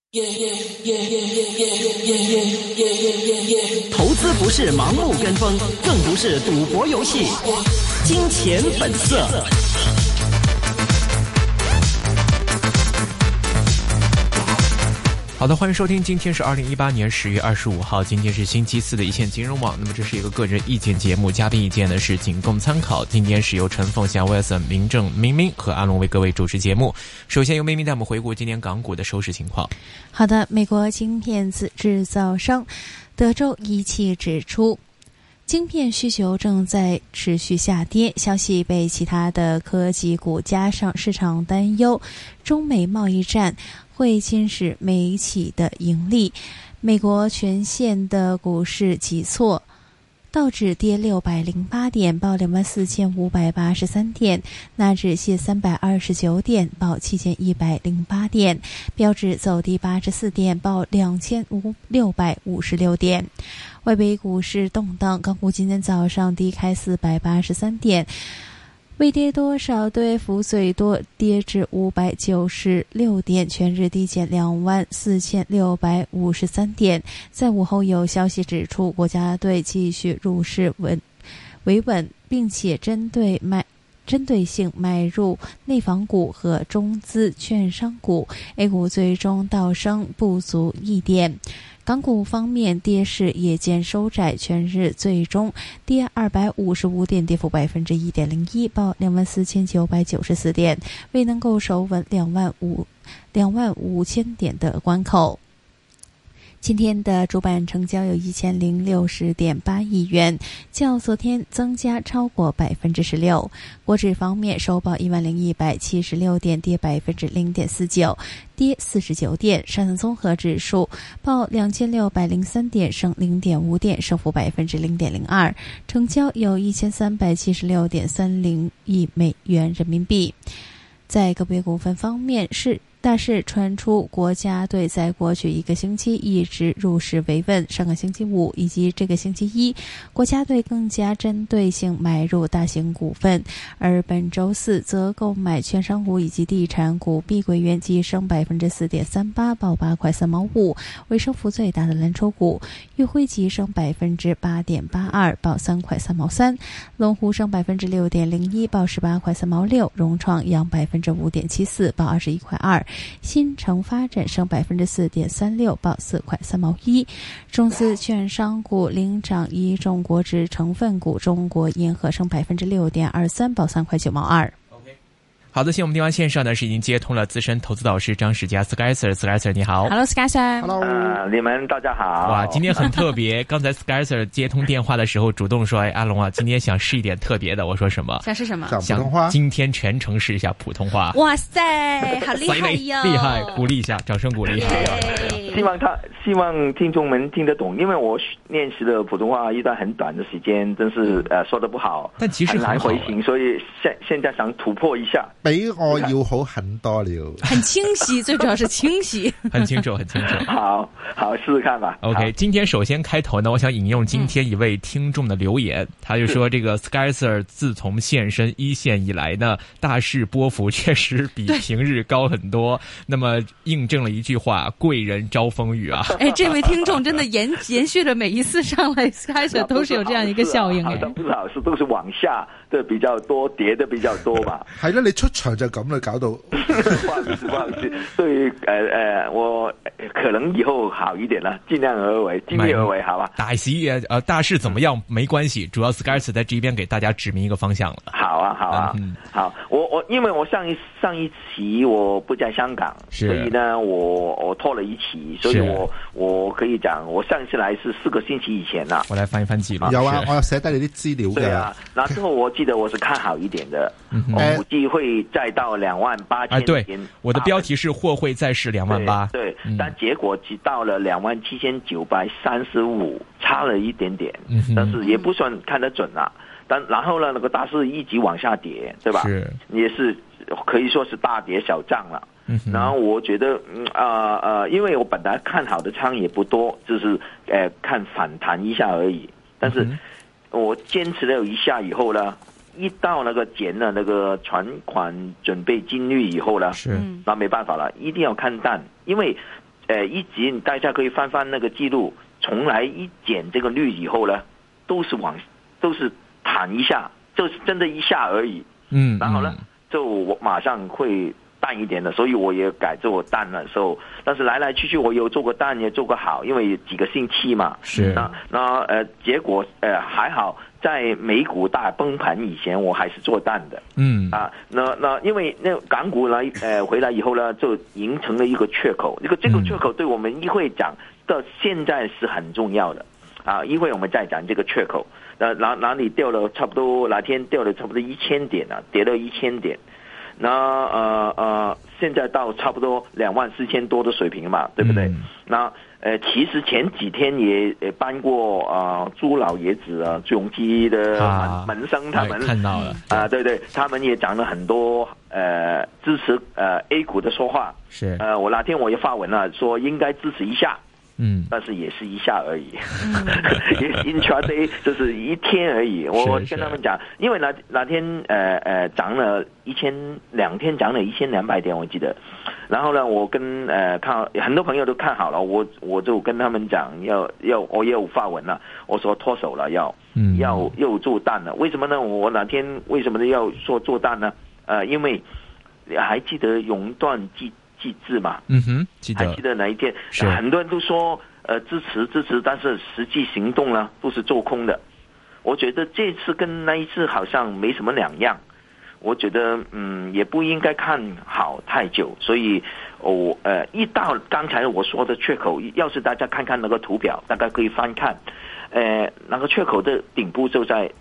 投资不是盲目跟风，更不是赌博游戏。金钱本色。 好的，欢迎收听，今天是2018年10月25号，今天是星期四的一线金融网。那么这是一个个人意见节目，嘉宾意见呢是仅供参考。今天是由陈凤祥、Wilson、明正、明明和阿龙为各位主持节目。首先由明明带我们回顾今年港股的收市情况。 好的，美国晶片制造商德州仪器指出，晶片需求正在持续下跌，消息被其他的科技股加上市场担忧中美贸易战会侵蚀美企的盈利。美国全线的股市急挫，道指跌608点，报24,583点；纳指跌329点，报7108点；标指走低84点，报2656点。外围股市动荡，港股今天早上低开483点。未跌多少，对幅最多跌至596点，全日低减24,653点。在午后有消息指出，国家队继续入市维稳，并且针对性买入内房股和中资券商股。 A 股最终倒升不足1点。港股方面，跌势也见收窄，全日最终跌255点，跌幅1.01%，报24,994点，未能够守稳25000点的关口。今天的主板成交有1060.8亿元，较昨天增加超过16%。国指方面收报10176点，跌0.49%，跌49点。上证综合指数报2603点，升0.5点，升幅0.02%，成交有1376.30亿美元人民币。在个别股份方面，大市传出国家队在过去一个星期一直入市维稳，上个星期五以及这个星期一，国家队更加针对性买入大型股份，而本周四则购买券商股以及地产股，碧桂园急升4.38%，报8块3毛5，为升幅最大的蓝筹股。裕辉急升8.82%，报3块3毛3，龙湖升6.01%，报18块3毛6，融创扬5.74%，报21块2。新城发展升4.36%，报4块3毛1。中资券商股领涨一众国指成分股，中国银河升6.23%，报3块9毛2。 好的，现在我们电话线上呢是已经接通了资深投资导师张世佳 Skyser 你好。 Hello Skyser。 Hello， 你们大家好。 哇，今天很特别刚才 Skyser 接通电话的时候主动说，阿龙啊，今天想试一点特别的。我说什么？ 想试什么？ 讲普通话。 今天全程试一下普通话。 哇塞，好厉害哟！ 厉害，鼓励一下，掌声鼓励。 希望听众们听得懂，因为我练习的普通话一段很短的时间，真是说得不好， 但其实很难回行，所以现在想突破一下。 比我要好很多了， 很清晰，最主要是清晰， 很清楚。 好，试试看吧。 OK， 今天首先开头呢，我想引用今天一位听众的留言，他就说这个 Skyser 自从现身一线以来呢，大势波幅确实比平日高很多。那么印证了一句话，贵人招风雨啊。 哎，这位听众真的延续了每一次上来 Skyser 都是有这样一个效应。 好像不是好事，都是往下的比较多，跌的比较多嘛。 係啦，你出場就咁啦，搞到不好意思，對我可能以後好一點啦，盡力而為，好吧。 大事怎麼樣沒關係，主要 Skyser 在這邊給大家指明一個方向了。 好啊，好，我因為我上一期我不在香港，所以呢我拖了一期，所以我可以講，我上一次來是4個星期以前啦。 我來翻一翻記錄。 有啊，我有寫低你啲資料嘅。 對啊，那之後我記得我是看好一點的，我估計會再到28,000。 對，我的標題是貨會再試28,000。 對，但結果只到了27,935，差了一點點，但是也不算看得準啦。然後呢，那個大市一直往下跌，對吧？是，也是可以說是大跌小漲了。然後我覺得，因為我本來看好的倉也不多，就是看反彈一下而已。但是我堅持了一下以後呢，一到那個減了那個存款準備金率以後呢，那沒辦法了，一定要看淡，因為一直大家可以翻那个记录，从来一减这个率以后呢，都是弹一下，就是真的一下而已。然后呢，就我马上会淡一点的，所以我也改做淡的时候，但是来去我有做过淡，也做过好，因为几个星期嘛。 是。 那结果还好，在美股大崩盘以前，我还是做淡的。那因为那港股来回来以后呢，就形成了一个缺口。这个缺口对我们议会讲到现在是很重要的啊。议会我们在讲这个缺口，哪里掉了差不多，哪天掉了差不多1000点啊，跌了1000点。那现在到差不多24000多的水平嘛，对不对？那其实前几天也搬过朱老爷子啊、朱鎔基的门生他们看到了对，他们也讲了很多支持A 股的说话。 是我那天我也发文了，说应该支持一下。但是也是一下而已，intraday 就是一天而已。我跟他们讲，因为那天涨了2天涨了1200点，我记得。然后呢，我跟看很多朋友都看好了，我就跟他们讲我也有发文了，我说脱手了，要做淡了。为什么呢？我哪天为什么要说做淡呢？因为还记得熔断机制嘛，还记得哪一天？很多人都说支持，但是实际行动呢都是做空的。我觉得这次跟那一次好像没什么两样。我觉得也不应该看好太久，所以一到刚才我说的缺口，要是大家看看那个图表，大概可以翻看，那个缺口的顶部就在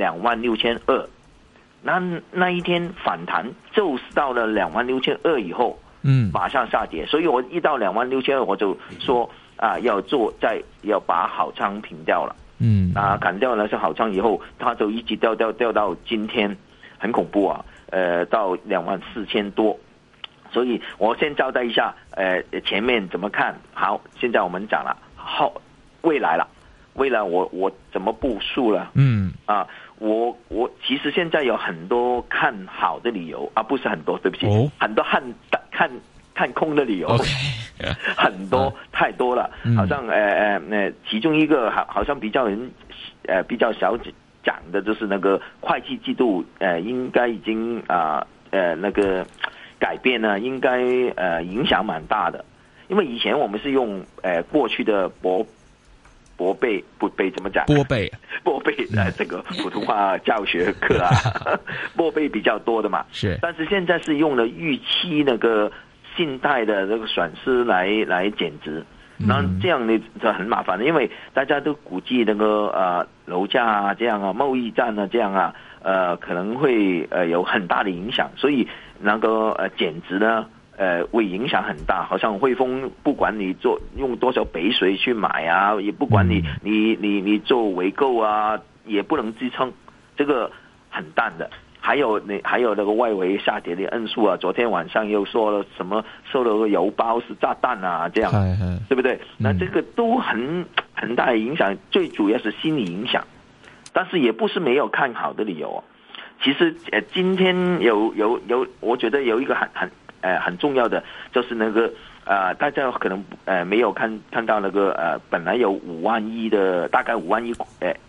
26200，那一天反弹就是到了26200以后。马上下跌，所以我一到26200我就说要把好仓平掉了。砍掉了是好仓以后，它就一直掉到今天，很恐怖啊！到24000多，所以我先交代一下，前面怎么看好？现在我们讲了未来了，未来我怎么部署了？我其实现在有很多看好的理由啊，不是很多，对不起，很多看空的理由，很多太多了，好像其中一个好像比较少讲的就是那个会计季度应该已经那个改变呢，应该影响蛮大的，因为以前我们是用过去的拨备怎么讲？拨备这个普通话教学课啊，拨备比较多的嘛。 是， 但是现在是用了预期那个信贷的那个损失来减值，那这样呢就很麻烦的，因为大家都估计那个楼价啊这样啊，贸易战啊这样啊，可能会有很大的影响，所以那个减值呢。会影响很大，好像汇丰不管你用多少北水去买啊，也不管你做回购啊，也不能支撑，这个很淡的。还有那个外围下跌的因素啊，昨天晚上又说了什么收了个邮包是炸弹啊，这样对不对？那这个都很大的影响，最主要是心理影响，但是也不是没有看好的理由啊。其实今天有，我觉得有一个很重要的就是那个大家可能没有看到那个本来有5万亿的，大概5万亿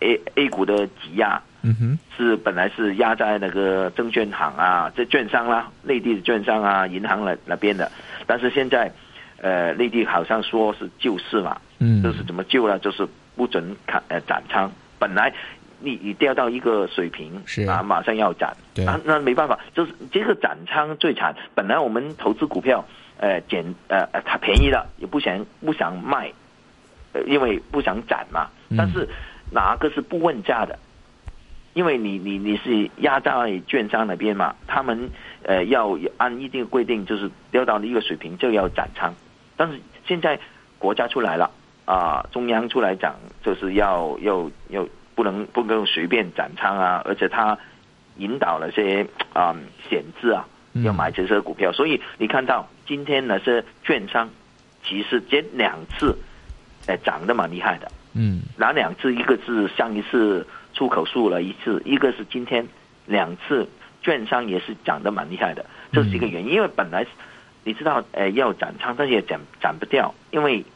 A 股的挤压，是本来是压在那个证券行啊，这券商啦，内地的券商啊，银行那边的，但是现在内地好像说是救市嘛，就是怎么救呢？就是不准斩仓，本来。你掉到一个水平马上要斩，那没办法，就是这个斩仓最惨。本来我们投资股票，它便宜了，也不想卖，因为不想斩嘛。但是哪个是不问价的？因为你是压在券商那边嘛，他们要按一定的规定，就是掉到一个水平就要斩仓。但是现在国家出来了中央出来讲，就是要。不能随便斩仓啊，而且他引导了些险资啊，要买这些股票，所以你看到今天呢是券商，其实这2次涨得蛮厉害的，哪2次？一个是上一次出口数了1次，一个是今天2次券商也是涨得蛮厉害的，这是一个原因，因为本来你知道要斩仓，但是也斩不掉，因为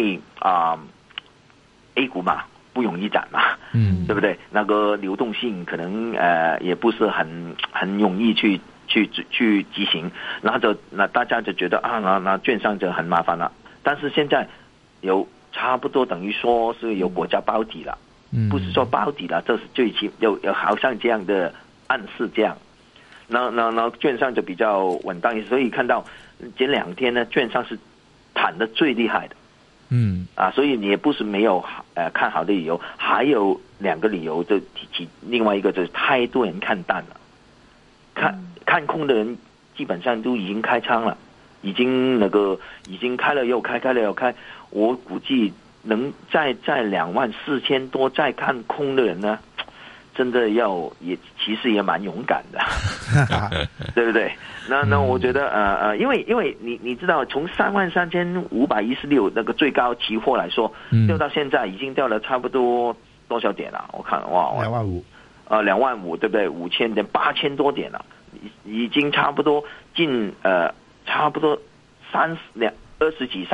A 股嘛不容易斩嘛，对不对？那个流动性可能也不是很容易去执行，然后那大家就觉得那券商就很麻烦了。但是现在有差不多等于说是有国家包底了，不是说包底了，这是最起有好像这样的暗示这样。那券商就比较稳当，所以看到这2天呢，券商是弹得最厉害的。所以你也不是没有看好的理由，还有2个理由，就另外一个就是太多人看淡了，看空的人基本上都已经开仓了，已经开了又开，开了又开。我估计能在24000多再看空的人呢，真的其实也蛮勇敢的，对不对？那我觉得因为你知道，从33516那个最高期货来说，掉到现在已经掉了差不多多少点了？我看25000，25000对不对？5000点，8000多点了，已经差不多差不多20几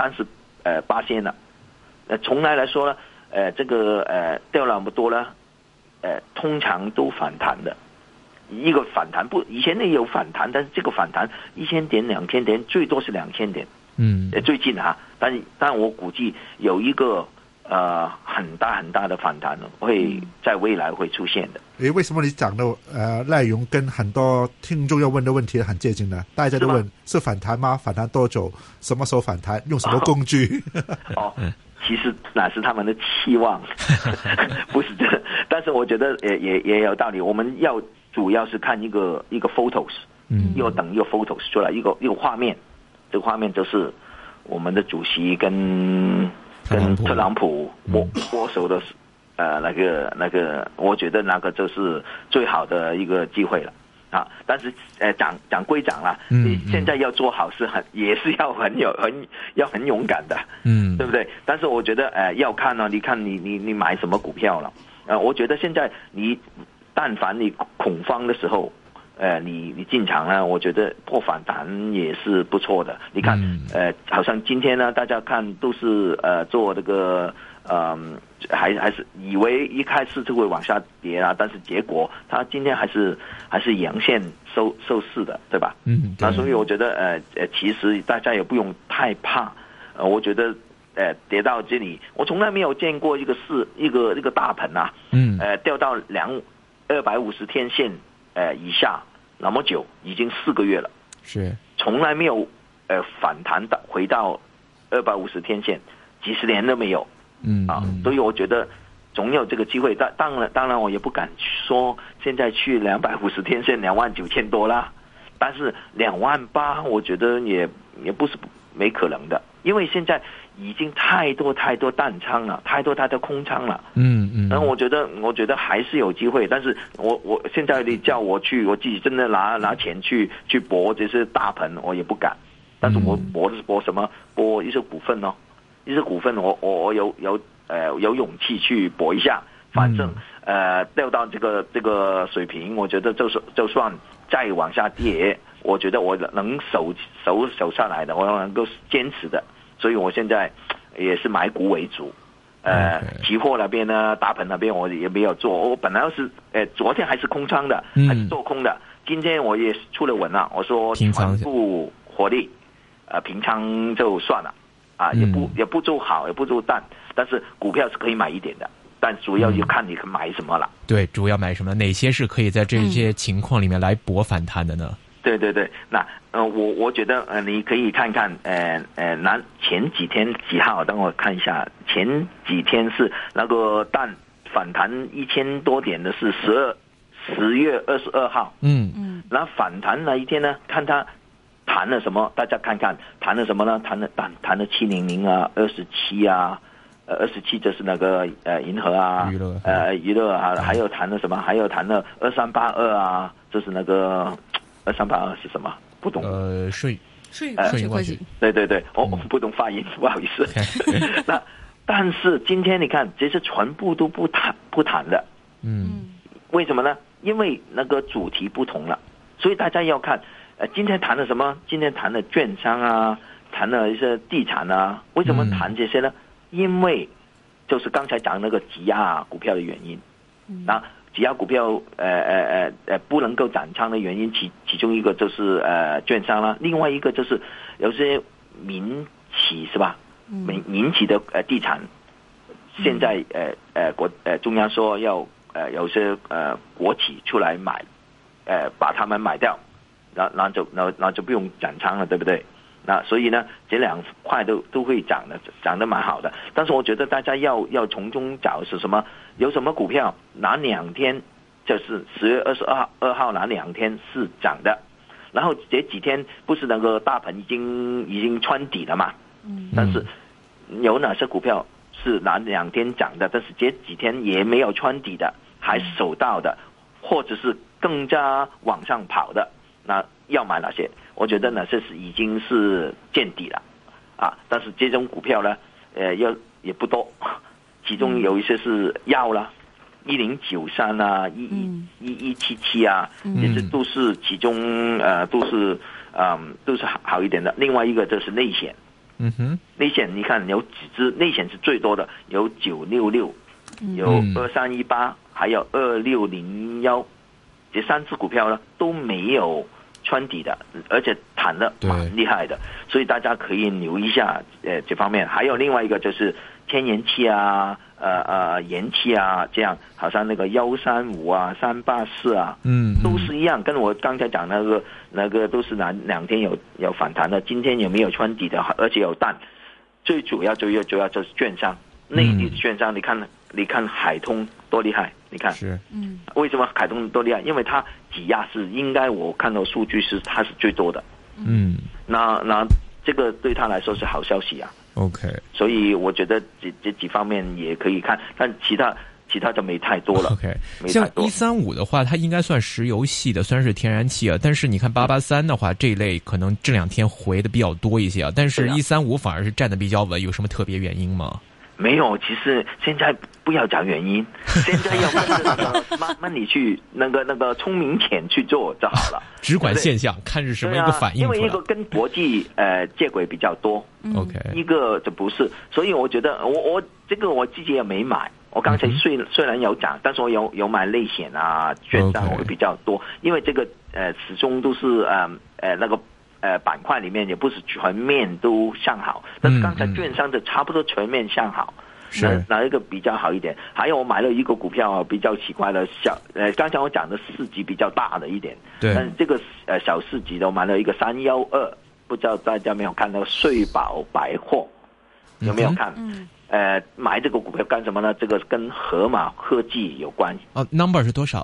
30%了。从来说呢，这个掉了那么多呢，通常都反弹的。一个反弹以前也有反弹，但是这个反弹1000点、2000点，最多是2000点。最近但我估计有一个很大的反弹会在未来会出现的。 为什么你讲的内容跟很多听众要问的问题很接近呢？大家都问是反弹吗？反弹多久？什么时候反弹？用什么工具？ 其实那是他们的期望，不是真的。但是我觉得也有道理。我们主要是看一个 photos， 要等一个 photos 出来，一个画面。这个画面就是我们的主席跟特朗普握手的那个，我觉得那个就是最好的一个机会了。但是讲归讲啦，你现在要做好事也是要很勇敢的，对不对？但是我觉得要看你看你买什么股票了，我觉得现在但凡你恐慌的时候，你进场呢，我觉得破反弹也是不错的。你看，好像今天呢，大家看都是做这个还是以为一开始就会往下跌但是结果它今天还是阳线收市的，对吧？那所以我觉得其实大家也不用太怕。我觉得跌到这里，我从来没有见过一个大盘掉到250天线以下那么久，已经4个月了， 是从来没有反弹回到250天线，几十年都没有。所以我觉得总有这个机会。当然我也不敢说现在去250天线29000多啦，但是28000我觉得也不是没可能的，因为现在已经太多淡仓了，太多空仓了。然后我觉得还是有机会，但是我现在你叫我去，我自己真的拿钱去搏这些大盘，我也不敢。但是我搏什么？搏一些股份一些股份我有勇气去搏一下。反正掉到这个水平，我觉得就算再往下跌，我觉得我能守下来的，我能够坚持的。所以我现在也是买股为主。期货那边呢，大盘那边我也没有做。我本来是昨天还是空仓的，还是做空的。今天我也出了文了，我说全部获利，平仓就算了也不做好，也不做淡，但是股票是可以买一点的，但主要就看你买什么了。对， 主要买什么？哪些是可以在这些情况里面来搏反弹的呢？ 对，那我觉得你可以看看前几天几号，等我看一下，前几天是那个反弹1000多点的是10月22号。那反弹那一天呢，看它谈了什么，大家看看谈了什么呢？谈了700 27 27就是那个银河娱乐还有谈了什么？还有谈了2382就是那个2382是什么？不懂。 税会计。 对，我不懂发音，不好意思。那但是今天你看，这些全部都不谈的。为什么呢？因为那个主题不同了，所以大家要看今天谈了什么？今天谈了券商啊，谈了一些地产啊。为什么谈这些呢？因为就是刚才讲那个挤压股票的原因。那挤压股票不能够涨仓的原因，其中一个就是券商啦，另外一个就是有些民企是吧？民企的地产，现在中央说要有些国企出来买，把他们买掉，那就不用涨仓了，对不对？那所以呢，这两块都会涨得蛮好的。但是我觉得大家要从中找是什么？有什么股票哪2天，就是10月22号哪2天是涨的，然后这几天不是那个大盘已经穿底了嘛？但是有哪些股票是哪2天涨的，但是这几天也没有穿底的，还守到的，或者是更加往上跑的，那要买哪些？我觉得呢，这是已经是见底了啊！但是这种股票呢，也不多，其中有一些是要了，1093啊，1177啊，这些都是其中都是好一点的。另外一个就是内险，内险你看有几只内险是最多的，有966，有2318，还有2601，这3只股票呢都没有穿底的，而且弹的蛮厉害的，所以大家可以留意一下这方面。还有另外一个就是天然气啊，盐气啊，这样好像那个135啊，384啊，都是一样，跟我刚才讲那个都是2天有反弹的，今天有没有穿底的，而且有弹。最主要就是券商，内地的券商，你看海通多厉害，你看是，为什么海通多厉害？因为它挤压是应该我看到数据是它是最多的，那这个对他来说是好消息啊。 OK， 所以我觉得这几方面也可以看，但其他就没太多了。 OK， 像135的话，它应该算石油系的，虽然是天然气啊，但是你看883的话，这一类可能这2天回的比较多一些啊，但是135反而是站得比较稳，有什么特别原因吗？ 没有，其实现在不要讲原因，现在要慢慢你去那个聪明钱去做就好了， 只管现象，看是什么一个反应出来。 因为一个跟国际接轨比较多 ，OK， 一个就不是，所以我觉得我这个我自己也没买。我刚才虽然有涨，但是我有买内险啊、券商我会比较多，因为这个始终都是那个板块里面也不是全面都向好，但是刚才券商的差不多全面向好，哪一个比较好一点？还有我买了一个股票比较奇怪的刚才我讲的市级比较大的一点，对，但是这个小市级的我买了一个312，不知道大家有没有看到穗宝百货，有没有看？买这个股票干什么呢？这个跟河马科技有关。 number 是多少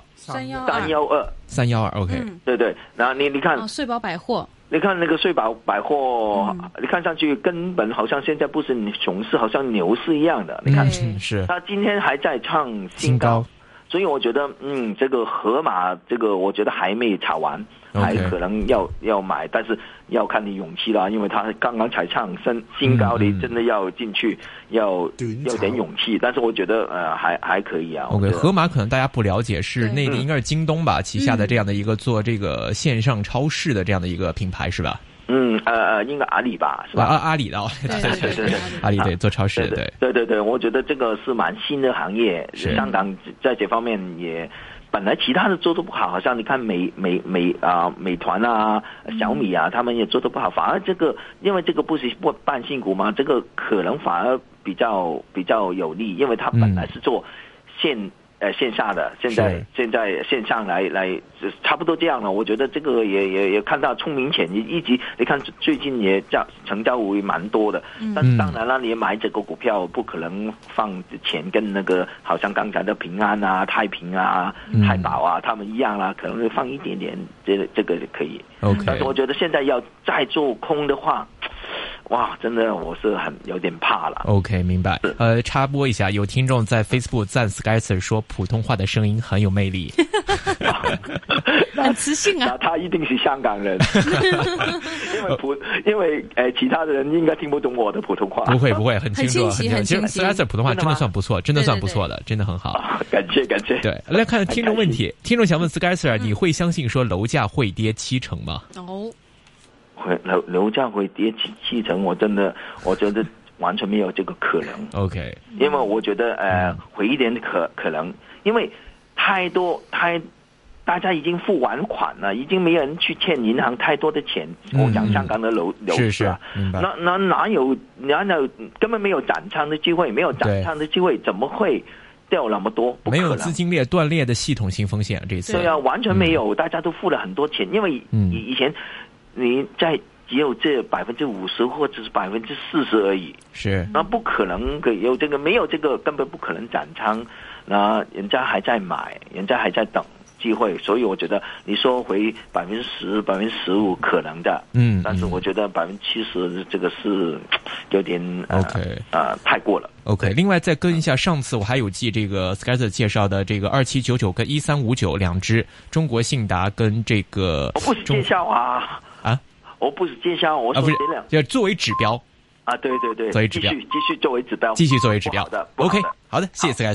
？312 OK， 对，然后你看穗宝百货。 你看那个穗宝百货，你看上去根本好像现在不是熊市，好像牛市一样的。你看， 是它今天还在创新高，所以我觉得，这个河马这个我觉得还没炒完，还可能要买，但是要看你勇气啦，因为它刚刚才创新高，你真的要进去要点勇气。但是我觉得还可以啊。 OK， 河马可能大家不了解，是内地应该是京东吧旗下的这样的一个做这个线上超市的这样的一个品牌是吧？ 应该阿里吧，是吧？ 阿里的，对，阿里对做超市的， 对，我觉得这个是蛮新的行业，香港在这方面也本来其他的做得不好，好像你看美团啊、小米啊，他们也做得不好，反而这个因为这个不是半新股嘛，这个可能反而比较有利，因为它本来是做线下的，现在线上来差不多这样了。我觉得这个也看到聪明钱一直你看最近也成交额蛮多的，但是当然了，你买这个股票不可能放钱跟那个好像刚才的平安啊、太平啊、太保啊他们一样啦，可能会放一点点，这个可以。 OK， 但是我觉得现在要再做空的话。哇，真的我是有点怕了。 OK， 明白。插播一下，有听众在 Facebook 赞 SkySir 说普通话的声音很有魅力， 很磁性啊。 那他一定是香港人，因为其他的人应该听不懂我的普通话。 不会，很清楚， 很清晰。 SkySir 普通话真的算不错，真的算不错的，真的很好。 感谢。 对，来看听众问题，听众想问 SkySir，你会相信说楼价会跌70%吗？ 楼价会跌7成，我觉得完全没有这个可能。 OK， 因为我觉得回一点可能，因为大家已经付完款了，已经没有人去欠银行太多的钱。我讲香港的楼市啊，那哪有根本没有斩仓的机会，没有斩仓的机会，怎么会掉那么多？不可能， 没有资金链断裂的系统性风险，这次对啊，完全没有，大家都付了很多钱，因为以前你在只有这50%或者是40%而已， 是那不可能有这个，没有这个根本不可能斩仓，那人家还在买，人家还在等机会，所以我觉得你说回10%、15%可能的，但是我觉得70%这个是有点 OK 太过了。 OK， 另外再跟一下，上次我还有记这个 Skyzer 介绍的这个2799跟1359两只中国信达跟这个， 我不是介绍啊，我不是介绍，我说这两就作为指标啊，对， 作为指标， 继续作为指标， 继续作为指标。 的 OK， 好的，谢谢 Skyzer。